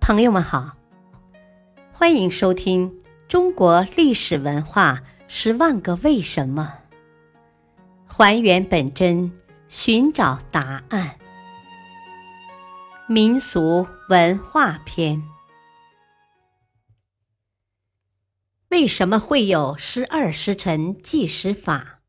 朋友们好，欢迎收听中国历史文化10万个为什么，还原本真，寻找答案。民俗文化篇。为什么会有12时辰计时法？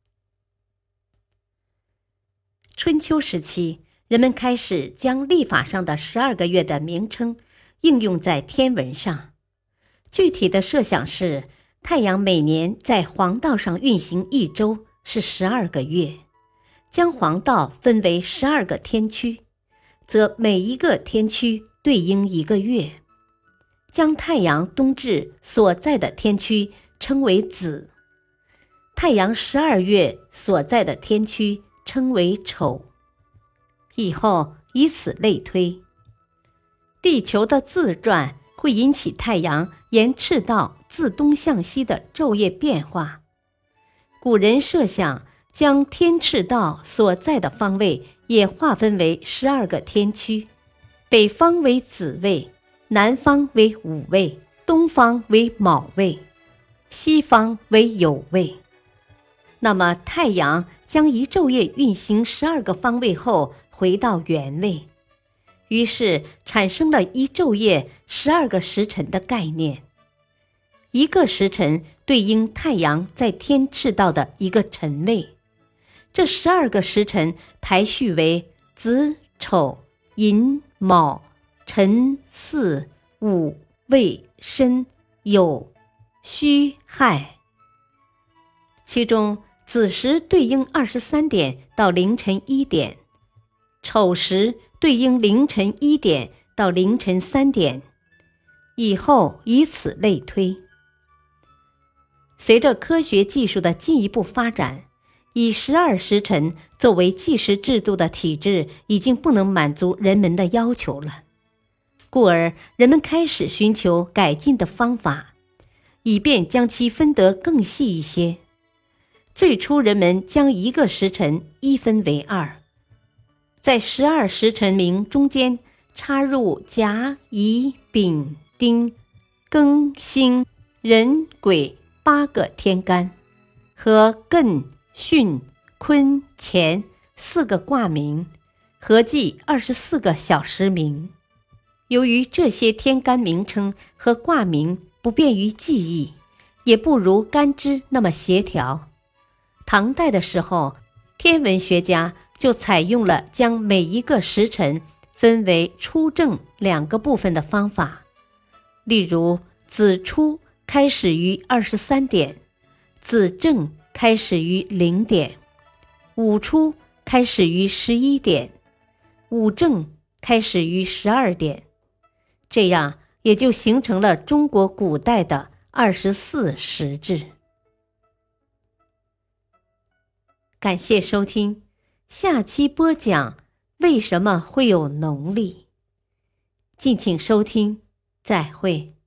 春秋时期，人们开始将历法上的12个月的名称应用在天文上。具体的设想是，太阳每年在黄道上运行一周是12个月，将黄道分为12个天区，则每一个天区对应一个月，将太阳冬至所在的天区称为子，太阳12月所在的天区称为丑。以后以此类推，地球的自转会引起太阳沿赤道自东向西的昼夜变化。古人设想将天赤道所在的方位也划分为12个天区，北方为子位，南方为午位，东方为卯位，西方为酉位。那么太阳将一昼夜运行12个方位后回到原位，于是产生了一昼夜12个时辰的概念。一个时辰对应太阳在天赤道的一个辰位，这12个时辰排序为子、丑、寅、卯、辰、巳、午、未、申、酉、戌、亥。其中子时对应23点到凌晨1点，丑时对应凌晨1点到凌晨3点，以后以此类推。随着科学技术的进一步发展，以12时辰作为计时制度的体制已经不能满足人们的要求了，故而人们开始寻求改进的方法，以便将其分得更细一些。最初人们将一个时辰一分为2，在12时辰名中间插入甲、乙、丙、丁、庚、辛、壬、癸8个天干和艮、巽、坤、乾4个卦名，合计24个小时名。由于这些天干名称和卦名不便于记忆，也不如干支那么协调，唐代的时候，天文学家就采用了将每一个时辰分为初正2个部分的方法。例如，子初开始于23点，子正开始于0点，午初开始于11点，午正开始于12点。这样也就形成了中国古代的24时制。感谢收听，下期播讲为什么会有农历。敬请收听，再会。